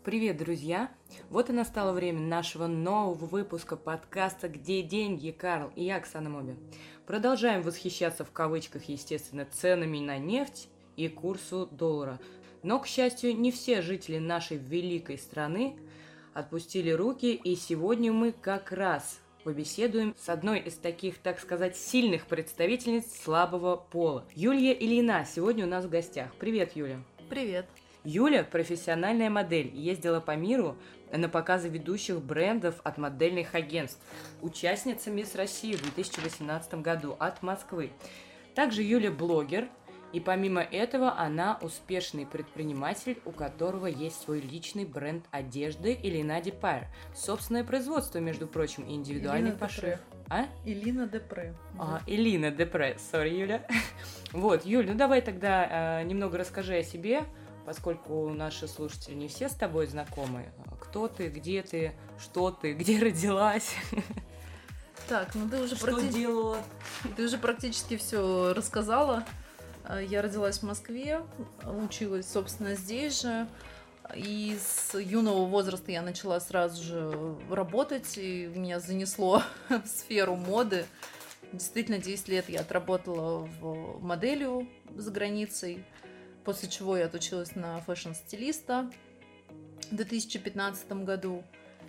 Привет, друзья! Вот и настало время нашего нового выпуска подкаста «Где деньги, Карл?» И я, Оксана Моби. Продолжаем восхищаться в кавычках, естественно, ценами на нефть и курсу доллара. Но, к счастью, не все жители нашей великой страны отпустили руки, и сегодня мы как раз побеседуем с одной из таких, так сказать, сильных представительниц слабого пола. Юлия Ильина сегодня у нас в гостях. Привет, Юля! Привет! Юля – профессиональная модель, ездила по миру на показы ведущих брендов от модельных агентств. Участница Мисс России в 2018 году от Москвы. Также Юля – блогер, и помимо этого она успешный предприниматель, у которого есть свой личный бренд одежды Элина Депре. Собственное производство, между прочим, и индивидуальный пошив. Элина Депре. Элина Депре, сори, Юля. Вот, Юль, ну давай тогда немного расскажи о себе, поскольку наши слушатели не все с тобой знакомы. Кто ты, что ты, где родилась? Так, ну ты уже делала? Ты уже практически все рассказала. Я родилась в Москве, училась, собственно, здесь же. И с юного возраста я начала сразу же работать, и меня занесло в сферу моды. Действительно, 10 лет я отработала в моделью за границей, после чего я отучилась на фэшн-стилиста в 2015 году.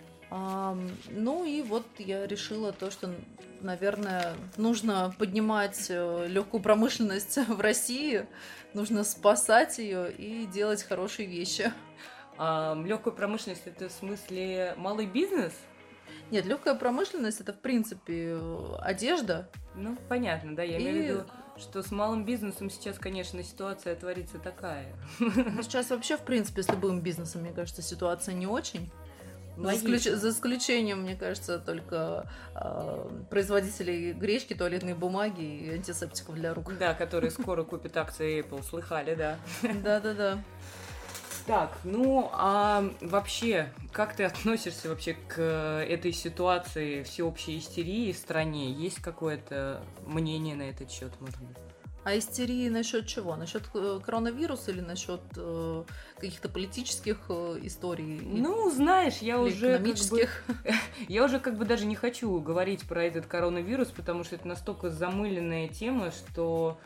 Ну и вот я решила то, что, наверное, нужно поднимать легкую промышленность в России, нужно спасать ее и делать хорошие вещи. Легкую промышленность — это в смысле малый бизнес? Нет, легкая промышленность — это, в принципе, одежда. Ну, понятно, да, я имею в виду, что с малым бизнесом сейчас, конечно, ситуация творится такая. Сейчас вообще, в принципе, с любым бизнесом, мне кажется, ситуация не очень. За исключением, мне кажется, только производителей гречки, туалетной бумаги и антисептиков для рук. Да, которые скоро купят акции Apple, слыхали, да? Да-да-да. Так, ну, а вообще, как ты относишься вообще к этой ситуации всеобщей истерии в стране? Есть какое-то мнение на этот счет, может быть? А истерии насчет чего? Насчет коронавируса или насчет каких-то политических историй? Ну, знаешь, я уже экономических. даже не хочу говорить про этот коронавирус, потому что это настолько замыленная тема, что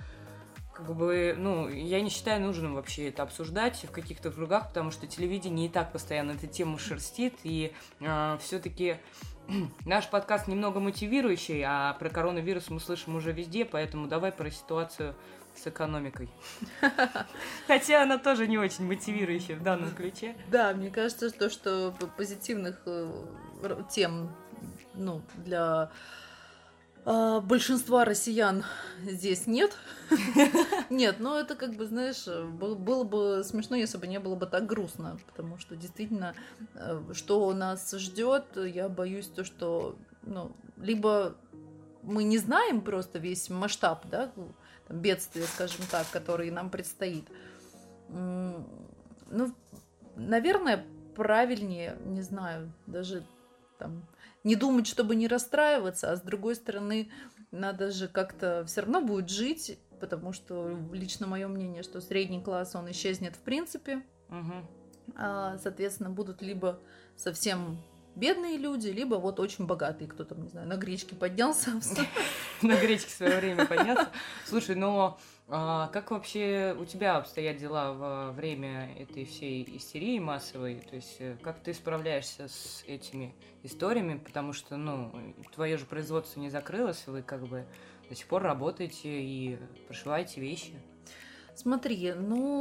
я не считаю нужным вообще это обсуждать в каких-то кругах, потому что телевидение и так постоянно эту тему шерстит, и все-таки наш подкаст немного мотивирующий, а про коронавирус мы слышим уже везде, поэтому давай про ситуацию с экономикой. Хотя она тоже не очень мотивирующая в данном ключе. Да, мне кажется, что позитивных тем, для большинства россиян здесь нет. Нет, это знаешь, было бы смешно, если бы не было бы так грустно, потому что действительно, что нас ждет, я боюсь то, что, либо мы не знаем просто весь масштаб, да, бедствия, скажем так, который нам предстоит. Наверное, правильнее, не знаю, даже не думать, чтобы не расстраиваться, а с другой стороны, надо же как-то все равно будет жить, потому что лично мое мнение, что средний класс, он исчезнет в принципе. Соответственно, будут либо совсем бедные люди, либо очень богатые, кто там, не знаю, на гречке поднялся. На гречке в свое время поднялся. Слушай, но как вообще у тебя обстоят дела во время этой всей истерии массовой? То есть как ты справляешься с этими историями? Потому что, твое же производство не закрылось, вы до сих пор работаете и пошиваете вещи. Смотри,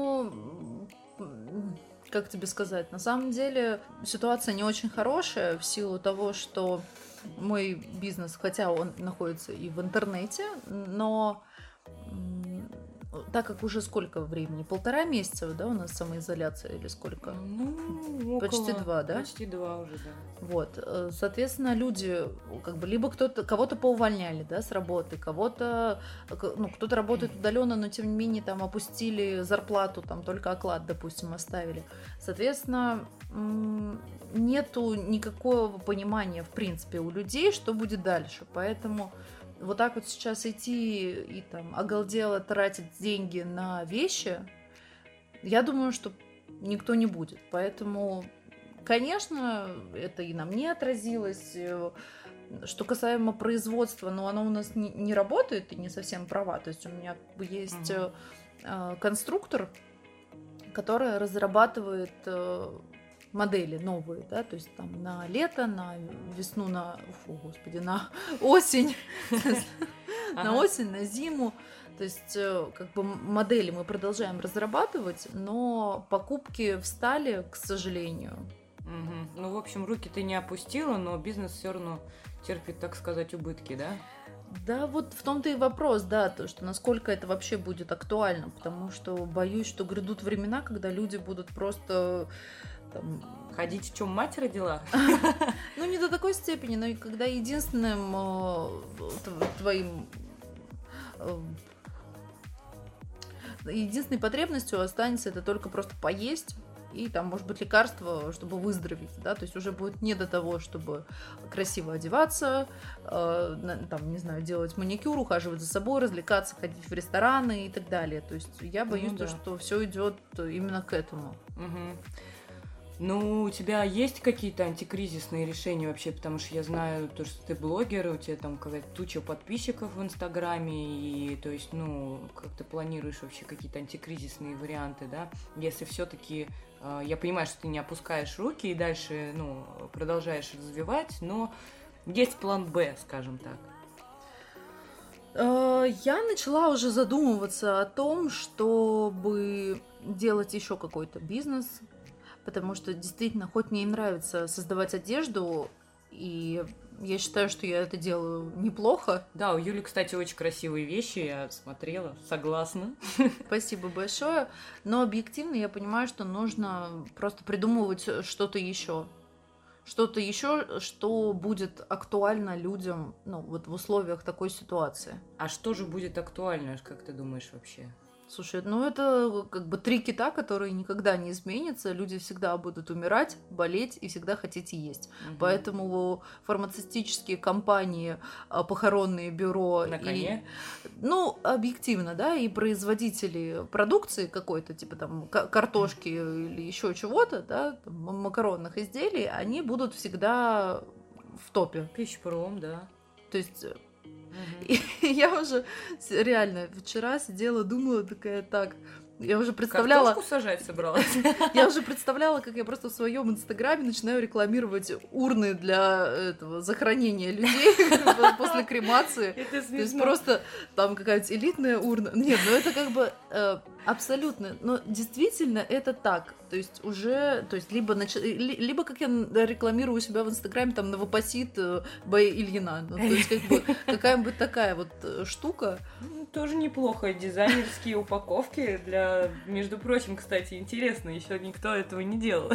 как тебе сказать, на самом деле ситуация не очень хорошая в силу того, что мой бизнес, хотя он находится и в интернете, но так как уже сколько времени? 1,5 месяца, да, у нас самоизоляция или сколько? Почти 2, да? Почти 2 уже, да. Вот, соответственно, люди, либо кого-то поувольняли, да, с работы, кто-то работает удаленно, но тем не менее там опустили зарплату, там только оклад, допустим, оставили. Соответственно, нету никакого понимания, в принципе, у людей, что будет дальше, поэтому вот так вот сейчас идти и оголдело тратить деньги на вещи, я думаю, что никто не будет. Поэтому конечно, это и на мне отразилось. Что касаемо производства, но оно у нас не работает и не совсем права. То есть у меня есть конструктор, который разрабатывает модели новые, да, то есть там на лето, на весну, на осень, на осень, на зиму. То есть как бы модели мы продолжаем разрабатывать, но покупки встали, к сожалению. Ну, в общем, руки ты не опустила, но бизнес все равно терпит, так сказать, убытки, да? Да, вот в том-то и вопрос, да, то, что насколько это вообще будет актуально, потому что боюсь, что грядут времена, когда люди будут просто там... Ходить, в чем мать родила? Ну, не до такой степени, но и когда единственным твоим... Единственной потребностью останется это только просто поесть, и там, может быть, лекарство, чтобы выздороветь, да, то есть уже будет не до того, чтобы красиво одеваться, там, не знаю, делать маникюр, ухаживать за собой, развлекаться, ходить в рестораны и так далее. То есть я боюсь, что все идет именно к этому. Ну, у тебя есть какие-то антикризисные решения вообще, потому что я знаю, то, что ты блогер, у тебя там какая-то туча подписчиков в Инстаграме, и, то есть, ну, как ты планируешь вообще какие-то антикризисные варианты, да, если все-таки, я понимаю, что ты не опускаешь руки и дальше, ну, продолжаешь развивать, но есть план «Б», скажем так. Я начала уже задумываться о том, чтобы делать еще какой-то бизнес, потому что действительно, хоть мне и нравится создавать одежду, и я считаю, что я это делаю неплохо. Да, у Юли, кстати, очень красивые вещи, я смотрела, согласна. Спасибо большое, но объективно я понимаю, что нужно просто придумывать что-то еще, что будет актуально людям, ну, вот в условиях такой ситуации. А что же будет актуально, как ты думаешь вообще? Слушай, ну это как бы 3 кита, которые никогда не изменятся. Люди всегда будут умирать, болеть и всегда хотеть есть. Поэтому фармацевтические компании, похоронные бюро... На коне? Ну, объективно, да, и производители продукции какой-то, типа там картошки или еще чего-то, да, там, макаронных изделий, они будут всегда в топе. Пищепром, да. То есть... И я уже реально вчера сидела, думала такая, так, я уже представляла... Картошку сажать собралась? Я уже представляла, как я просто в своем инстаграме начинаю рекламировать урны для этого захоронения людей после кремации. Это смешно. То есть просто там какая-то элитная урна. Нет, ну это как бы абсолютно... Но действительно это так. То есть уже... То есть либо как я рекламирую себя в инстаграме, там, новопосит Б. Ильина. Ну, то есть как бы какая-нибудь такая вот штука. Тоже неплохо. Дизайнерские упаковки для... Между прочим, кстати, интересно, еще никто этого не делал.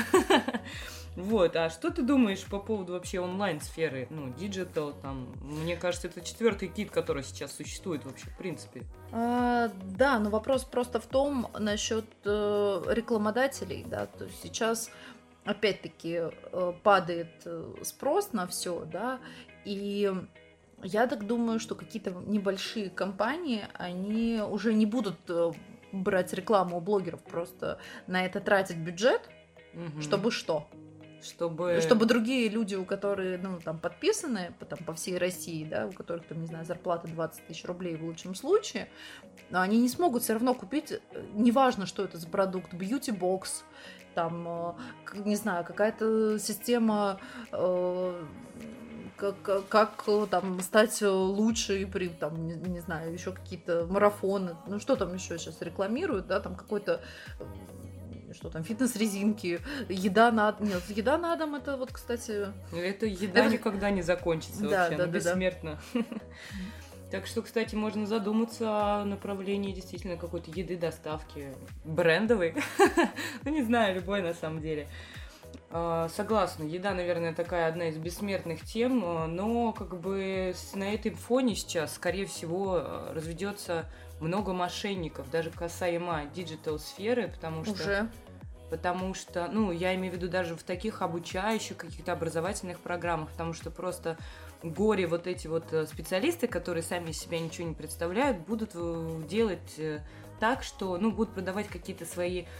Вот, а что ты думаешь по поводу вообще онлайн-сферы? Ну, диджитал, там, мне кажется, это 4-й кит, который сейчас существует вообще, в принципе. Да, но вопрос просто в том, насчет рекламодателей, да, то есть сейчас, опять-таки, падает спрос на все, да, и я так думаю, что какие-то небольшие компании, они уже не будут брать рекламу у блогеров, просто на это тратить бюджет, чтобы что? Чтобы другие люди, у которых, ну, там, подписаны по всей России, да, у которых, там, не знаю, зарплата 20 тысяч рублей в лучшем случае, но они не смогут все равно купить, неважно, что это за продукт, бьюти-бокс, там, не знаю, какая-то система, как там стать лучше при, там, не знаю, еще какие-то марафоны, ну, что там еще сейчас рекламируют, да, там какой-то... Что там, фитнес-резинки, еда на дом. Нет, еда на дом, это вот, кстати... Это еда никогда не закончится вообще, она бессмертна. Да. Так что, кстати, можно задуматься о направлении действительно какой-то еды, доставки брендовой. Ну, не знаю, любой на самом деле. Согласна, еда, наверное, такая одна из бессмертных тем, но как бы на этом фоне сейчас, скорее всего, разведется много мошенников, даже касаемо диджитал-сферы, потому что, ну, я имею в виду даже в таких обучающих, каких-то образовательных программах, потому что просто горе вот эти вот специалисты, которые сами из себя ничего не представляют, будут делать так, что, ну, будут продавать какие-то свои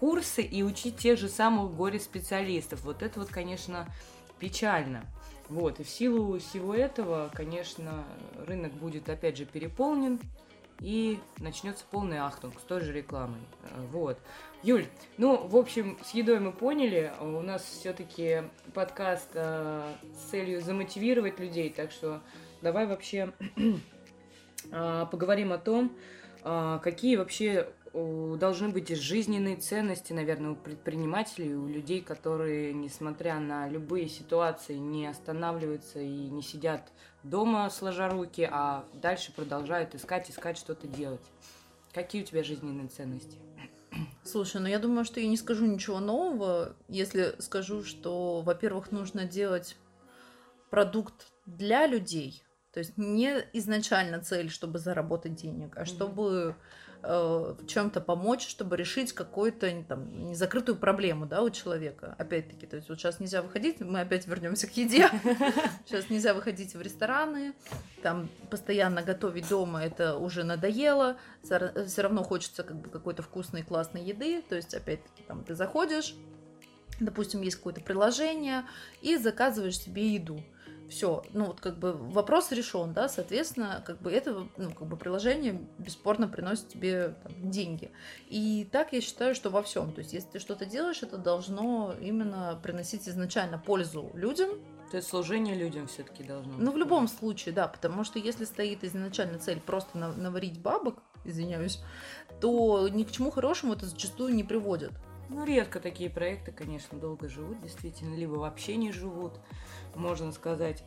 курсы и учить тех же самых горе-специалистов. Вот это вот, конечно, печально. Вот, и в силу всего этого, конечно, рынок будет, опять же, переполнен, и начнется полный ахтунг с той же рекламой. Вот. Юль, ну, в общем, с едой мы поняли. У нас все-таки подкаст с целью замотивировать людей, так что давай вообще поговорим о том, какие вообще должны быть жизненные ценности, наверное, у предпринимателей, у людей, которые, несмотря на любые ситуации, не останавливаются и не сидят дома сложа руки, а дальше продолжают искать что-то делать. Какие у тебя жизненные ценности? Слушай, ну я думаю, что я не скажу ничего нового, если скажу, что, во-первых, нужно делать продукт для людей, то есть не изначально цель, чтобы заработать денег, а чтобы в чем-то помочь, чтобы решить какую-то там незакрытую проблему, да, у человека. Опять-таки, то есть вот сейчас нельзя выходить, мы опять вернемся к еде. Сейчас нельзя выходить в рестораны, там постоянно готовить дома, это уже надоело. Все равно хочется как бы какой-то вкусной, классной еды. То есть, опять-таки, там ты заходишь, допустим, есть какое-то приложение, и заказываешь себе еду. Все, ну вот как бы вопрос решен, да, соответственно, как бы это, ну, как бы приложение бесспорно приносит тебе там деньги. И так я считаю, что во всем, то есть если ты что-то делаешь, это должно именно приносить изначально пользу людям. То есть служение людям все-таки должно быть. Ну, в любом случае, да, потому что если стоит изначально цель просто наварить бабок, извиняюсь, то ни к чему хорошему это зачастую не приводит. Ну, редко такие проекты, конечно, долго живут, действительно, либо вообще не живут, можно сказать.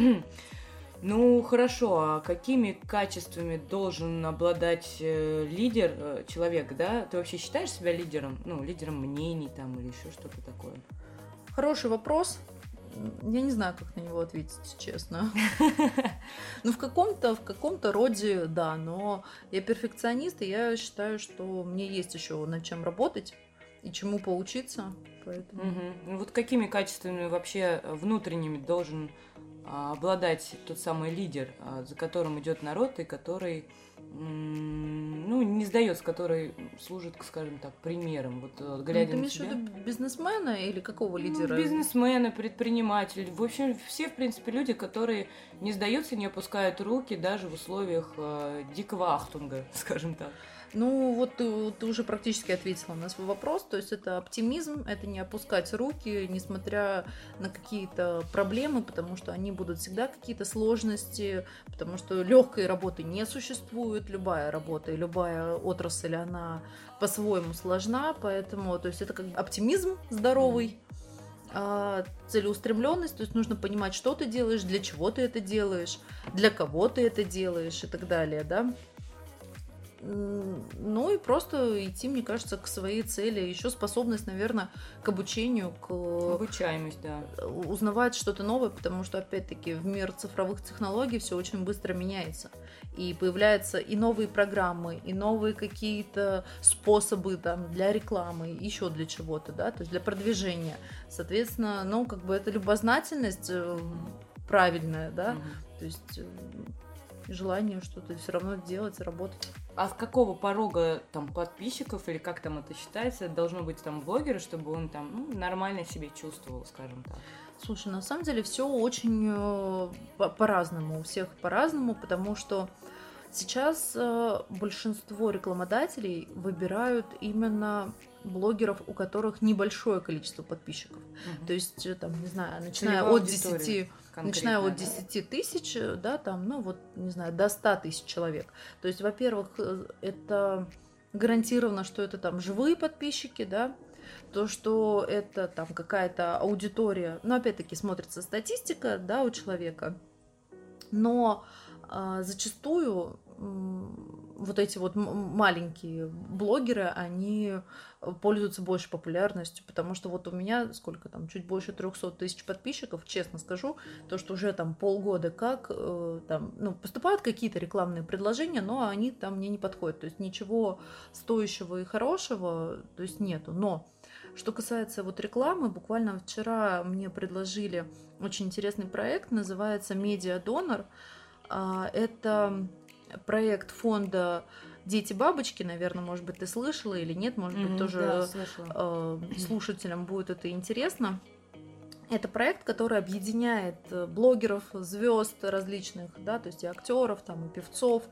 Ну, хорошо, а какими качествами должен обладать лидер, человек, да? Ты вообще считаешь себя лидером? Ну, лидером мнений там или еще что-то такое? Хороший вопрос. Я не знаю, как на него ответить, честно. Ну, в каком-то роде, да, но я перфекционист, и я считаю, что мне есть еще над чем работать и чему поучиться. Поэтому... Ну, вот какими качествами вообще внутренними должен обладать тот самый лидер, за которым идет народ и который, ну, не сдается, который служит, скажем так, примером. Вот глядя на тебя. Ты имеешь в виду бизнесмена или какого лидера? Бизнесмены, предприниматели. В общем, все, в принципе, люди, которые не сдаются, не опускают руки даже в условиях дикого ахтунга, скажем так. Ну, вот ты уже практически ответила на свой вопрос. То есть это оптимизм, это не опускать руки, несмотря на какие-то проблемы, потому что они будут всегда какие-то сложности, потому что легкой работы не существует. Любая работа и любая отрасль, она по-своему сложна, поэтому, то есть это как оптимизм здоровый, целеустремленность, то есть нужно понимать, что ты делаешь, для чего ты это делаешь, для кого ты это делаешь и так далее, да. Ну и просто идти, мне кажется, к своей цели. Еще способность, наверное, к обучению, к... Обучаемость, да. Узнавать что-то новое, потому что, опять-таки, в мир цифровых технологий все очень быстро меняется. И появляются и новые программы, и новые какие-то способы там, для рекламы, еще для чего-то, да, то есть для продвижения. Соответственно, ну, как бы это любознательность правильная, да, то есть... желание что-то все равно делать, работать. А с какого порога там подписчиков или как там это считается, должно быть там блогеры, чтобы он там нормально себя чувствовал, скажем так? Слушай, на самом деле все очень по-разному, у всех по-разному, потому что сейчас большинство рекламодателей выбирают именно блогеров, у которых небольшое количество подписчиков. То есть, там, не знаю, начиная от 10 тысяч, да, там, ну, вот, не знаю, до 100 тысяч человек. То есть, во-первых, это гарантированно, что это там живые подписчики, да, то, что это там какая-то аудитория, ну, опять-таки, смотрится статистика, да, у человека, но зачастую вот эти вот маленькие блогеры, они пользуются больше популярностью, потому что вот у меня сколько там, чуть больше 300 тысяч подписчиков, честно скажу, то, что уже там полгода как там, ну, поступают какие-то рекламные предложения, но они там мне не подходят, то есть ничего стоящего и хорошего, то есть нету, но что касается вот рекламы, буквально вчера мне предложили очень интересный проект, называется «Медиадонор». Это проект фонда «Дети-бабочки», наверное, может быть, ты слышала или нет, может быть, тоже Да, слышала. слушателям будет это интересно. Это проект, который объединяет блогеров, звезд различных, да, то есть и актеров, там, и певцов,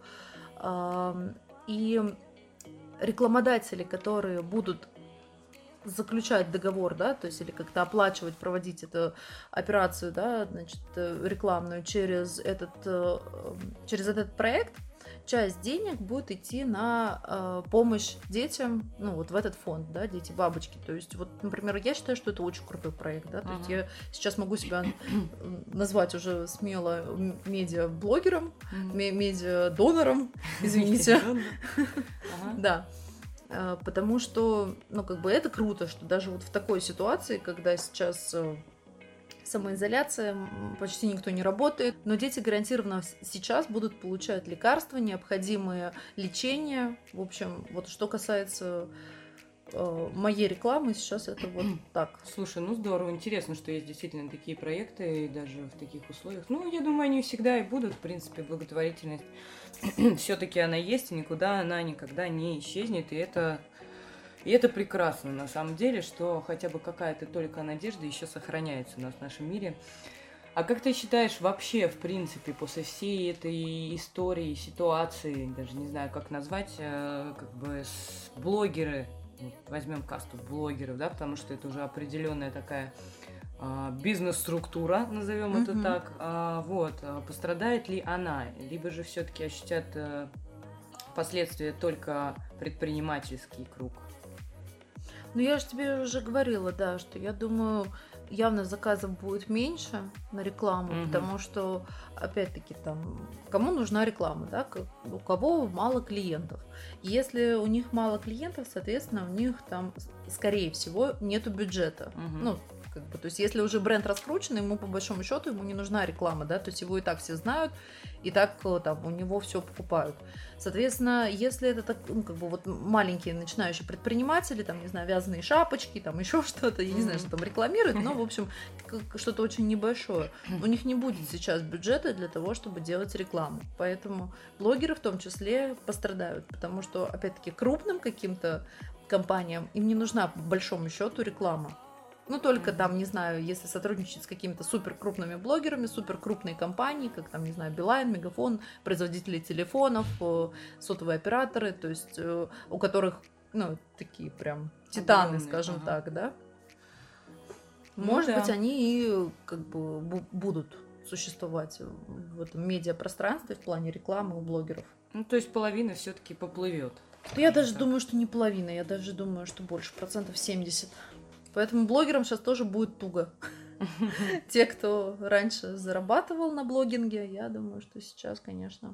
и рекламодатели, которые будут заключать договор, да, то есть или как-то оплачивать, проводить эту операцию, да, значит, рекламную через этот проект, часть денег будет идти на помощь детям, ну, вот в этот фонд, да, «Дети-бабочки». То есть, вот, например, я считаю, что это очень крутой проект, да, то есть я сейчас могу себя назвать уже смело медиа-блогером, медиа-донором, извините. Да. Потому что, ну, как бы это круто, что даже вот в такой ситуации, когда сейчас самоизоляция, почти никто не работает, но дети гарантированно сейчас будут получать лекарства, необходимые лечение. В общем, вот что касается моей рекламы, сейчас это вот так. Слушай, ну здорово, интересно, что есть действительно такие проекты, и даже в таких условиях. Ну, я думаю, они всегда и будут, в принципе, благотворительность. Все-таки она есть, и никуда она никогда не исчезнет, и это прекрасно, на самом деле, что хотя бы какая-то только надежда еще сохраняется у нас в нашем мире. А как ты считаешь, вообще, в принципе, после всей этой истории, ситуации, даже не знаю, как назвать, как бы блогеры, вот, возьмем касту блогеров, да, потому что это уже определенная такая бизнес-структура, назовем это так, пострадает ли она, либо же все-таки ощутят последствия только предпринимательский круг? Ну, я же тебе уже говорила, да, что я думаю, явно заказов будет меньше на рекламу, потому что, опять-таки, там, кому нужна реклама, да, у кого мало клиентов. Если у них мало клиентов, соответственно, у них там, скорее всего, нету бюджета. Ну, как бы, то есть, если уже бренд раскручен, ему по большому счету ему не нужна реклама, да, то есть его и так все знают, и так там у него все покупают. Соответственно, если это так, ну, как бы вот маленькие начинающие предприниматели, там, не знаю, вязаные шапочки, там еще что-то, я не знаю, что там рекламируют, но, в общем, что-то очень небольшое, у них не будет сейчас бюджета для того, чтобы делать рекламу. Поэтому блогеры в том числе пострадают, потому что, опять-таки, крупным каким-то компаниям им не нужна, по большому счету, реклама. Ну, только там, не знаю, если сотрудничать с какими-то супер крупными блогерами, супер крупные компании, как там, не знаю, Билайн, Мегафон, производители телефонов, сотовые операторы, то есть у которых, ну, такие прям титаны, огромные, скажем так, да? Может быть, они и как бы будут существовать в этом медиапространстве в плане рекламы у блогеров. Ну, то есть половина все-таки поплывет. Я даже думаю, что не половина, я даже думаю, что больше, 70%. Поэтому блогерам сейчас тоже будет туго. Те, кто раньше зарабатывал на блогинге, я думаю, что сейчас, конечно...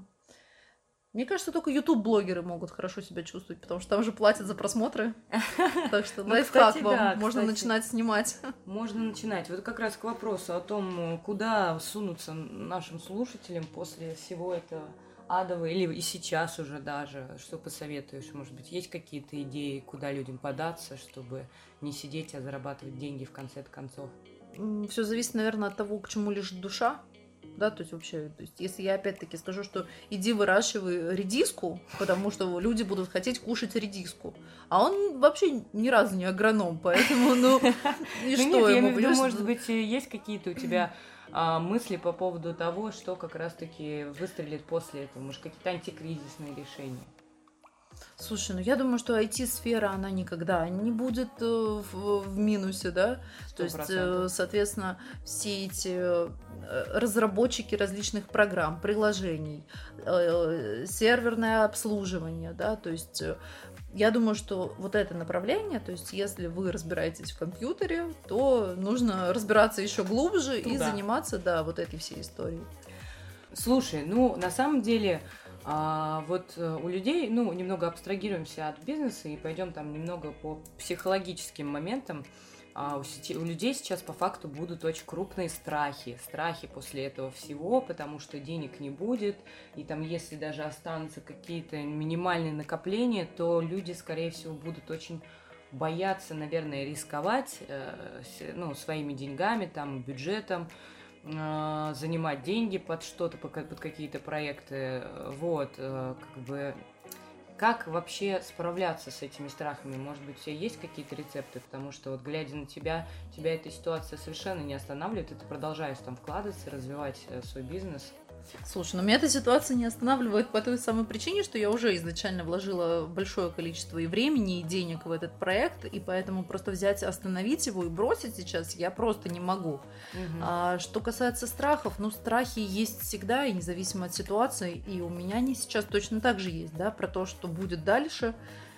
Мне кажется, только YouTube-блогеры могут хорошо себя чувствовать, потому что там же платят за просмотры. Так что лайфхак вам, можно начинать снимать. Можно начинать. Вот как раз к вопросу о том, куда сунуться нашим слушателям после всего этого адового, или и сейчас уже даже, что посоветуешь? Может быть, есть какие-то идеи, куда людям податься, чтобы не сидеть, а зарабатывать деньги в конце концов? Все зависит, наверное, от того, к чему лежит душа. Да, то есть вообще, то есть, если я опять-таки скажу, что иди выращивай редиску, потому что люди будут хотеть кушать редиску, а он вообще ни разу не агроном, поэтому, ну, и что ему, понимаешь? Может быть, есть какие-то у тебя мысли по поводу того, что как раз-таки выстрелит после этого? Может, какие-то антикризисные решения? Слушай, ну я думаю, что IT-сфера, она никогда не будет в минусе, да? 100%. То есть, соответственно, все эти разработчики различных программ, приложений, серверное обслуживание, да, то есть я думаю, что вот это направление, то есть если вы разбираетесь в компьютере, то нужно разбираться еще глубже и заниматься, да, вот этой всей историей. Слушай, ну, на самом деле... вот у людей, ну, немного абстрагируемся от бизнеса и пойдем там немного по психологическим моментам. У людей сейчас по факту будут очень крупные страхи после этого всего, потому что денег не будет, и там, если даже останутся какие-то минимальные накопления, то люди, скорее всего, будут очень бояться, наверное, рисковать, ну, своими деньгами, там, бюджетом, занимать деньги под что-то, под какие-то проекты, вот, как бы, Как вообще справляться с этими страхами? Может быть, у тебя есть какие-то рецепты? Потому что вот глядя на тебя эта ситуация совершенно не останавливает, и ты продолжаешь там вкладываться, развивать свой бизнес. Слушай, но меня эта ситуация не останавливает по той самой причине, что я уже изначально вложила большое количество и времени, и денег в этот проект, и поэтому просто взять, остановить его и бросить сейчас я просто не могу. А что касается страхов, ну, страхи есть всегда, и независимо от ситуации, и у меня они сейчас точно так же есть, да, про то, что будет дальше.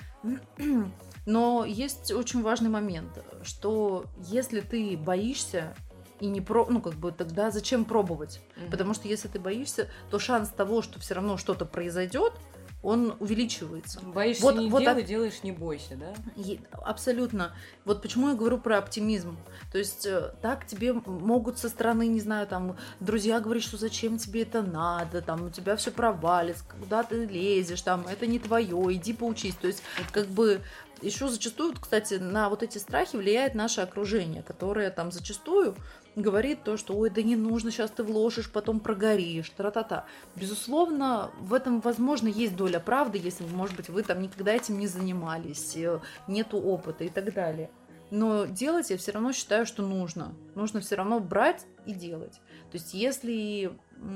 Но есть очень важный момент, что если ты боишься, и не ну, как бы тогда зачем пробовать? Потому что если ты боишься, то шанс того, что все равно что-то произойдет, он увеличивается. Боишься не делай, делаешь не бойся, да? Абсолютно. Вот почему я говорю про оптимизм. То есть так тебе могут со стороны, не знаю, там, друзья говорить, что зачем тебе это надо, там, у тебя все провалится, куда ты лезешь, там, это не твое, иди поучись. То есть, как бы, еще зачастую, кстати, на вот эти страхи влияет наше окружение, которое там зачастую говорит то, что ой, да не нужно, сейчас ты вложишь, потом прогоришь, тра-та-та. Безусловно, в этом, возможно, есть доля правды, если, может быть, вы там никогда этим не занимались, нету опыта и так далее. Но делать я все равно считаю, что нужно. Нужно все равно брать и делать. То есть, если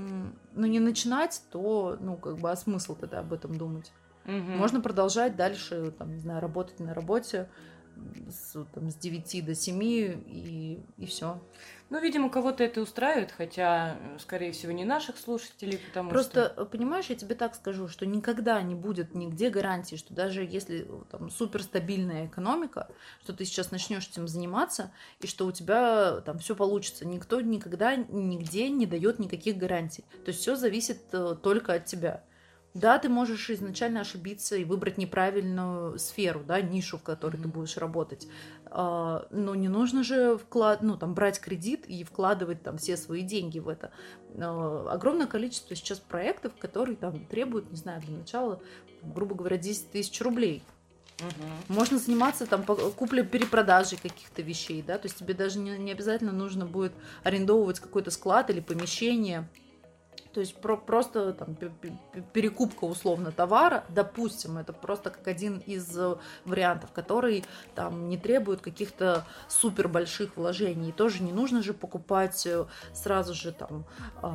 не начинать, то, как бы, а смысл тогда об этом думать? Можно продолжать дальше, там, не знаю, работать на работе с 9 до 7 и все. Ну, видимо, кого-то это устраивает, хотя, скорее всего, не наших слушателей, потому Просто, понимаешь, я тебе так скажу, что никогда не будет нигде гарантии, что даже если там суперстабильная экономика, что ты сейчас начнешь этим заниматься, и что у тебя там все получится. Никто никогда нигде не дает никаких гарантий. То есть все зависит только от тебя. Да, ты можешь изначально ошибиться и выбрать неправильную сферу, да, нишу, в которой ты будешь работать. Но не нужно же брать кредит и вкладывать там все свои деньги в это. Огромное количество сейчас проектов, которые там требуют, не знаю, для начала, грубо говоря, 10 тысяч рублей. Можно заниматься там куплей-перепродажей каких-то вещей, да, то есть тебе даже не обязательно нужно будет арендовывать какой-то склад или помещение. То есть просто там перекупка условно товара, допустим, это просто как один из вариантов, который там не требует каких-то супер больших вложений. И тоже не нужно же покупать сразу же там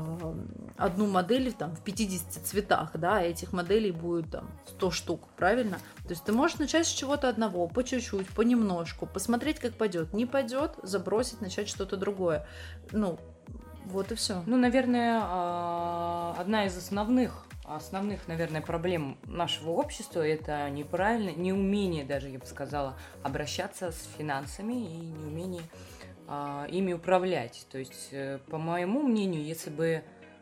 одну модель там в 50 цветах, да, этих моделей будет там 100 штук, правильно? То есть ты можешь начать с чего-то одного, по чуть-чуть, понемножку, посмотреть, как пойдет. Не пойдет, забросить, начать что-то другое. Вот и все. Наверное, одна из основных, наверное, проблем нашего общества – это неумение даже, я бы сказала, обращаться с финансами и неумение ими управлять. То есть, по моему мнению, если бы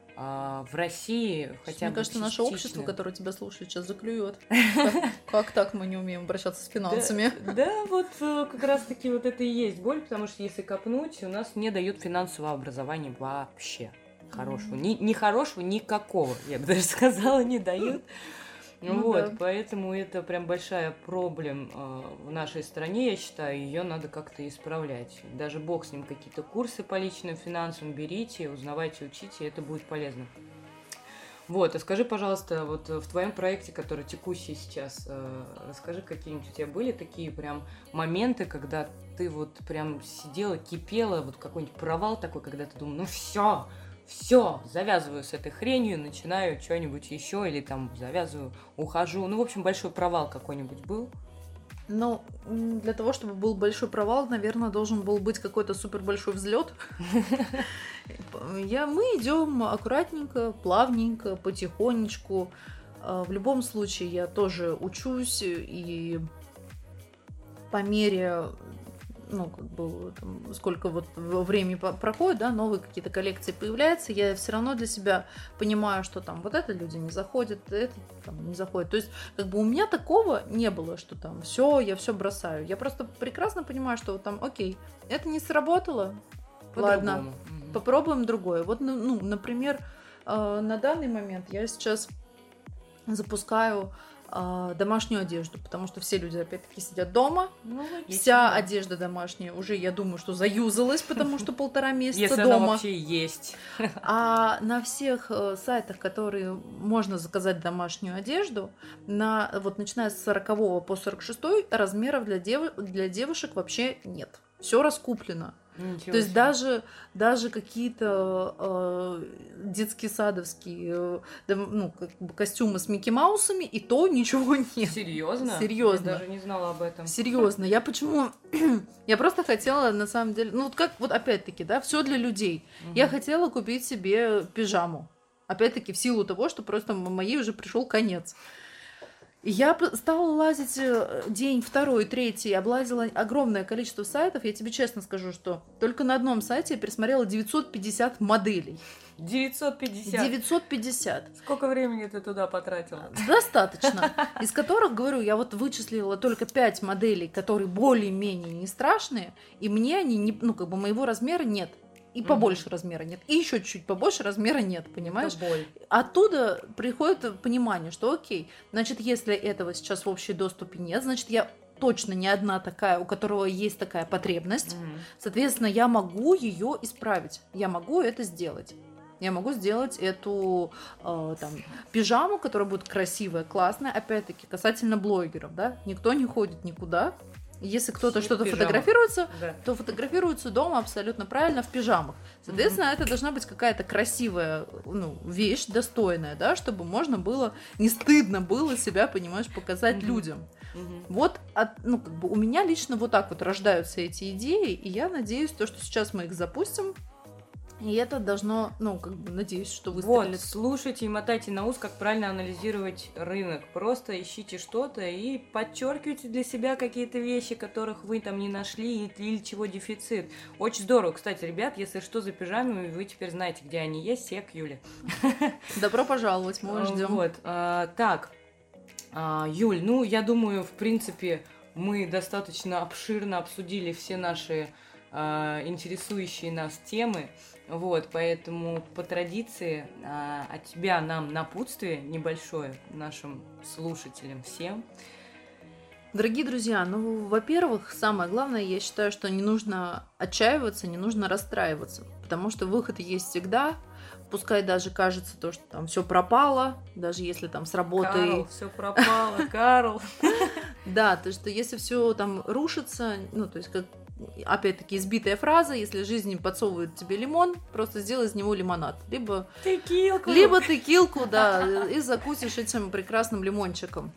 в России хотя бы Мне кажется, наше общество, которое тебя слушает, сейчас заклюет. Как так мы не умеем обращаться с финансами? Да, вот как раз-таки вот это и есть боль, потому что если копнуть, у нас не дают финансового образования вообще хорошего. Ни хорошего, никакого, я бы даже сказала, не дают. Поэтому это прям большая проблема в нашей стране, я считаю, ее надо как-то исправлять. Даже бог с ним, какие-то курсы по личным финансам берите, узнавайте, учите, это будет полезно. А скажи, пожалуйста, вот в твоем проекте, который текущий сейчас, расскажи, какие-нибудь у тебя были такие прям моменты, когда ты вот прям сидела, кипела, вот какой-нибудь провал такой, когда ты думал, все, завязываю с этой хренью, начинаю что-нибудь еще, или там завязываю, ухожу. В общем, большой провал какой-нибудь был? Для того, чтобы был большой провал, наверное, должен был быть какой-то супер большой взлет. Мы идем аккуратненько, плавненько, потихонечку. В любом случае, я тоже учусь, и по мере сколько вот времени проходит, да, новые какие-то коллекции появляются, я все равно для себя понимаю, что там вот это люди не заходят, это там не заходит. То есть, как бы у меня такого не было, что там я все бросаю. Я просто прекрасно понимаю, что вот там, окей, это не сработало, ладно, попробуем другое. Вот, например, на данный момент я сейчас запускаю домашнюю одежду, потому что все люди, опять-таки, сидят дома. Ну, логично, Вся да. одежда домашняя уже, я думаю, что заюзалась, потому что 1,5 месяца Если дома. она вообще есть. А на всех сайтах, которые можно заказать домашнюю одежду, вот начиная с 40 по 46 размеров для девушек вообще нет. Все раскуплено. Ничего То есть себе. даже какие-то детские садовские костюмы с Микки Маусами, и то ничего нет. Серьезно? Серьезно. Я даже не знала об этом. Серьезно, я почему? Я просто хотела, на самом деле, вот опять-таки, да, все для людей. Я хотела купить себе пижаму. Опять-таки, в силу того, что просто моей уже пришел конец. И я стала лазить день, второй, третий, облазила огромное количество сайтов. Я тебе честно скажу, что только на одном сайте я пересмотрела 950 моделей. 950? 950. Сколько времени ты туда потратила? Достаточно. Из которых, говорю, я вот вычислила только 5 моделей, которые более-менее не страшные, и мне они, моего размера нет. И побольше размера нет. И еще чуть-чуть побольше размера нет, понимаешь? Это боль. Оттуда приходит понимание, что окей, значит, если этого сейчас в общей доступе нет, значит, я точно не одна такая, у которого есть такая потребность. Соответственно, я могу ее исправить. Я могу это сделать. Я могу сделать эту пижаму, которая будет красивая, классная. Опять-таки, касательно блогеров, да? Никто не ходит никуда. Если кто-то что-то фотографируется, то фотографируется дома абсолютно правильно в пижамах. Соответственно, это должна быть какая-то красивая вещь, достойная, да, чтобы можно было, не стыдно было себя, понимаешь, показать людям. Вот, у меня лично вот так вот рождаются эти идеи, и я надеюсь, что сейчас мы их запустим, и это должно, надеюсь, что выстрелит. Вот, слушайте и мотайте на ус, как правильно анализировать рынок. Просто ищите что-то и подчеркивайте для себя какие-то вещи, которых вы там не нашли или чего дефицит. Очень здорово. Кстати, ребят, если что за пижамами, вы теперь знаете, где они есть. Все к Юле. Добро пожаловать, мы вас ждем. Вот, так, Юль, я думаю, в принципе, мы достаточно обширно обсудили все наши интересующие нас темы. Вот, поэтому по традиции от тебя нам напутствие небольшое нашим слушателям всем. Дорогие друзья, во-первых, самое главное, я считаю, что не нужно отчаиваться, не нужно расстраиваться, потому что выход есть всегда. Пускай даже кажется то, что там все пропало, даже если там с работой... Карл, все пропало, Карл. Да, то что если все там рушится, то есть как опять-таки избитая фраза, если жизнь подсовывает тебе лимон, просто сделай из него лимонад. Либо текилку, да, и закусишь этим прекрасным лимончиком.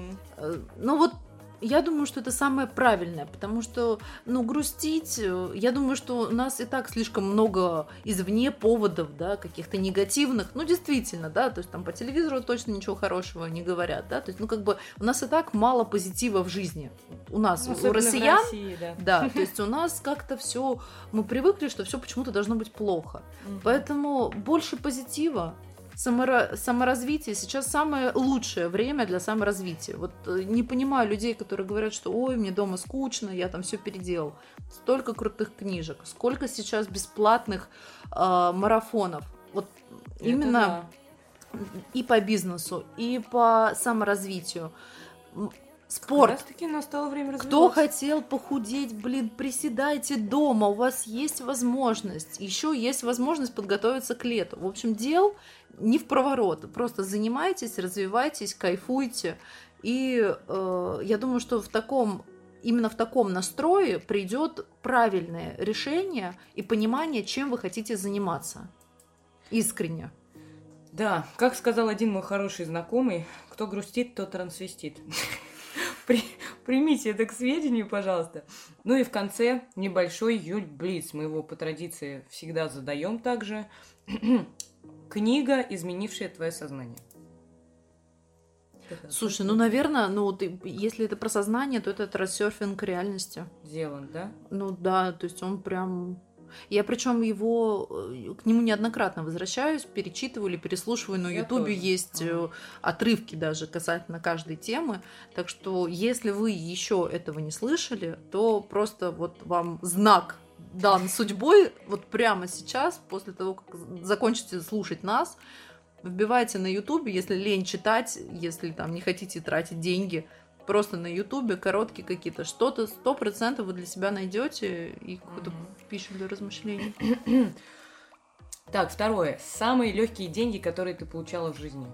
Я думаю, что это самое правильное, потому что, грустить, я думаю, что у нас и так слишком много извне поводов, да, каких-то негативных, действительно, да, то есть там по телевизору точно ничего хорошего не говорят, да, то есть, у нас и так мало позитива в жизни, у нас, у россиян, в России, да, то есть у нас как-то все, мы привыкли, что все почему-то должно быть плохо, поэтому больше позитива. Саморазвитие сейчас самое лучшее время для саморазвития. Вот не понимаю людей, которые говорят, что ой, мне дома скучно, я там все переделал. Столько крутых книжек, сколько сейчас бесплатных марафонов. Вот это именно и по бизнесу, и по саморазвитию. Спорт. Как раз таки настало время развиваться. Кто хотел похудеть, приседайте дома, у вас есть возможность. Еще есть возможность подготовиться к лету. В общем, дел не в проворот. Просто занимайтесь, развивайтесь, кайфуйте. И я думаю, что именно в таком настрое придет правильное решение и понимание, чем вы хотите заниматься. Искренне. Да, как сказал один мой хороший знакомый, кто грустит, тот трансвестит. Примите это к сведению, пожалуйста. И в конце небольшой Юль-блиц. Мы его по традиции всегда задаем также. Книга, изменившая твое сознание. Слушай, наверное, если это про сознание, то это транссерфинг реальности. Сделан, да? Да, то есть он прям... Я причем к нему неоднократно возвращаюсь, перечитываю или переслушиваю. На Ютубе есть отрывки даже касательно каждой темы. Так что, если вы еще этого не слышали, то просто вот вам знак дан судьбой вот прямо сейчас, после того, как закончите слушать нас, Вбивайте на Ютубе, если лень читать, если там не хотите тратить деньги, просто на Ютубе короткие какие-то, что-то 100% вы для себя найдете и какую-то пищу для размышлений. Так, второе. Самые легкие деньги, которые ты получала в жизни.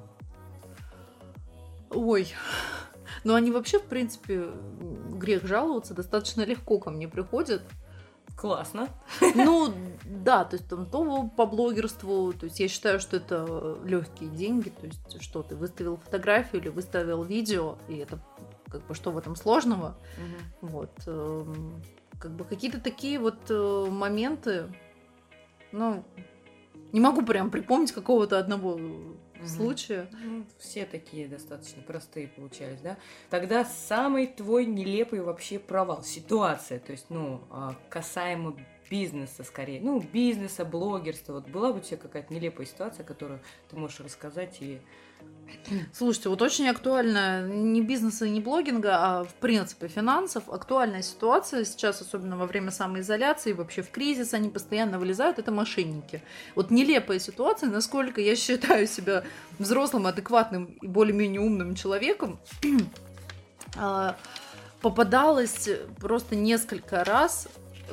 Ой, ну они вообще, в принципе, грех жаловаться, достаточно легко ко мне приходят. Классно. Ну, да, то есть там то по блогерству, то есть я считаю, что это легкие деньги, то есть что ты выставил фотографию или выставил видео, и это как бы что в этом сложного? Вот, как бы какие-то такие вот моменты, ну, не могу прям припомнить какого-то одного случая. Ну, все такие достаточно простые получались, да? Тогда самый твой нелепый вообще провал, ситуация, то есть, ну, касаемо бизнеса скорее, ну, бизнеса, блогерства, вот была бы у тебя какая-то нелепая ситуация, которую ты можешь рассказать и... Слушайте, вот очень актуальна не бизнеса и не блогинга, а в принципе финансов. Актуальная ситуация сейчас, особенно во время самоизоляции, вообще в кризис, они постоянно вылезают, это мошенники. Вот нелепая ситуация, насколько я считаю себя взрослым, адекватным и более-менее умным человеком, попадалась просто несколько раз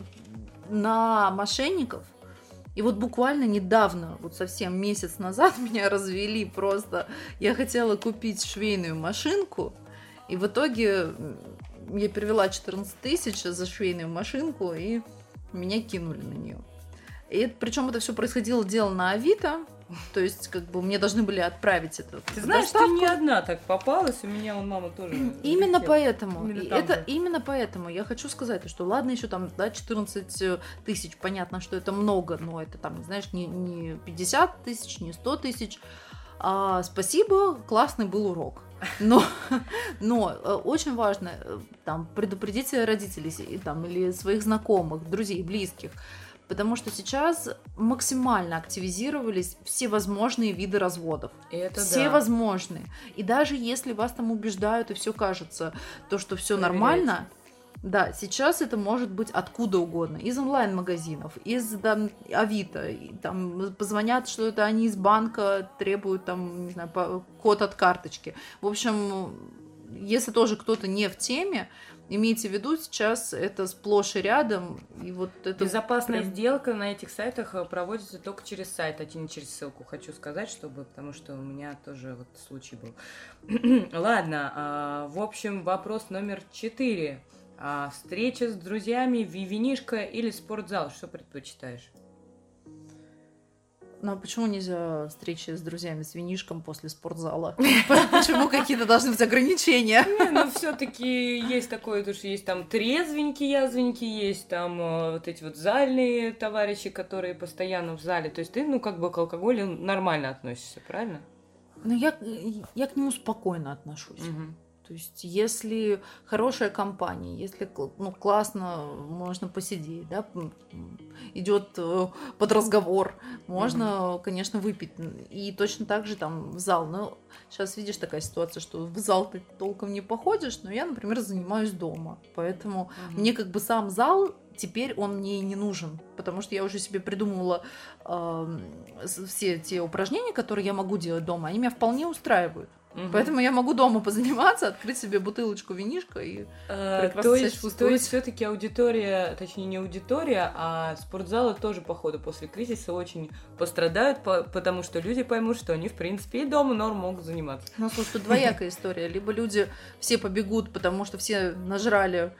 на мошенников. И вот буквально недавно, вот совсем месяц назад меня развели просто. Я хотела купить швейную машинку, и в итоге я перевела 14 тысяч за швейную машинку, и меня кинули на нее. И причем это все происходило дело на Авито. То есть, как бы, мне должны были отправить это. Ты знаешь, доставку. Ты не одна так попалась, у меня вон мама тоже. Именно поэтому. Именно поэтому я хочу сказать, что ладно, еще там, да, 14 тысяч, понятно, что это много, но это там, знаешь, не 50 тысяч, не 100 тысяч. Спасибо, классный был урок. Но очень важно там предупредить родителей там, или своих знакомых, друзей, близких. Потому что сейчас максимально активизировались все возможные виды разводов. Это все да. возможные. И даже если вас там убеждают и все кажется, то, что все нормально, да, сейчас это может быть откуда угодно. Из онлайн-магазинов, из там, Авито. Там позвонят, что это они из банка требуют там, не знаю, код от карточки. В общем, если тоже кто-то не в теме, имейте в виду, сейчас это сплошь и рядом. И вот это безопасная сделка на этих сайтах проводится только через сайт, а не через ссылку. Хочу сказать, потому что у меня тоже вот случай был. Ладно, в общем, вопрос номер 4. Встреча с друзьями, винишко или спортзал? Что предпочитаешь? Ну, а почему нельзя встречи с друзьями с винишком после спортзала? Почему какие-то должны быть ограничения? Не, ну все-таки есть такое, то что есть там трезвеньки, язвеньки, есть там вот эти вот зальные товарищи, которые постоянно в зале. То есть ты, ну, как бы к алкоголю нормально относишься, правильно? Ну, я к нему спокойно отношусь. То есть, если хорошая компания, если классно, можно посидеть, да, идет под разговор, можно, конечно, выпить. И точно так же там в зал. Но сейчас видишь такая ситуация, что в зал ты толком не походишь, но я, например, занимаюсь дома. Поэтому мне как бы сам зал теперь он мне и не нужен, потому что я уже себе придумывала все те упражнения, которые я могу делать дома, они меня вполне устраивают. Поэтому я могу дома позаниматься, открыть себе бутылочку винишка и то есть все-таки аудитория, точнее не аудитория, а спортзалы тоже, походу, после кризиса очень пострадают, потому что люди поймут, что они, в принципе, и дома норм могут заниматься. Ну, слушай, тут двоякая история. Либо люди все побегут, потому что все нажрали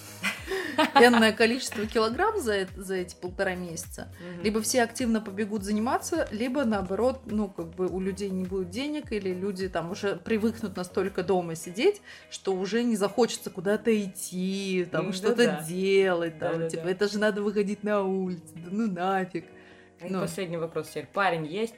энное количество килограмм за эти 1,5 месяца, либо все активно побегут заниматься, либо наоборот, ну, как бы у людей не будет денег, или люди там уже привыкнут настолько дома сидеть, что уже не захочется куда-то идти, там, что-то делать, там, типа, это же надо выходить на улицу, да ну нафиг. Последний вопрос теперь. Парень есть?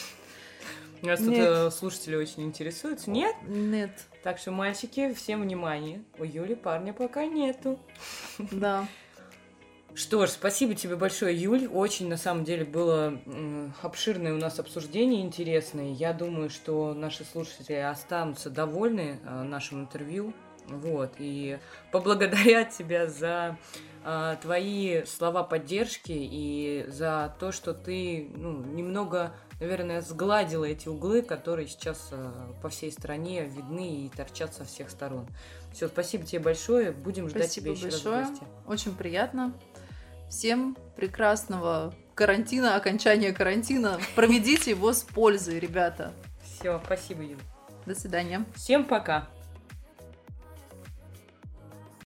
У нас тут слушатели очень интересуются. Нет? Нет. Так что, мальчики, всем внимание. У Юли парня пока нету. Да. Что ж, спасибо тебе большое, Юль. Очень, на самом деле, было обширное у нас обсуждение интересное. Я думаю, что наши слушатели останутся довольны нашим интервью. Вот. И поблагодарят тебя за твои слова поддержки и за то, что ты немного наверное, сгладила эти углы, которые сейчас по всей стране видны и торчат со всех сторон. Все, спасибо тебе большое. Будем ждать тебя еще раз в гости. Очень приятно. Всем прекрасного карантина, окончания карантина. Проведите его с пользой, ребята. Все, спасибо, Юля. До свидания. Всем пока.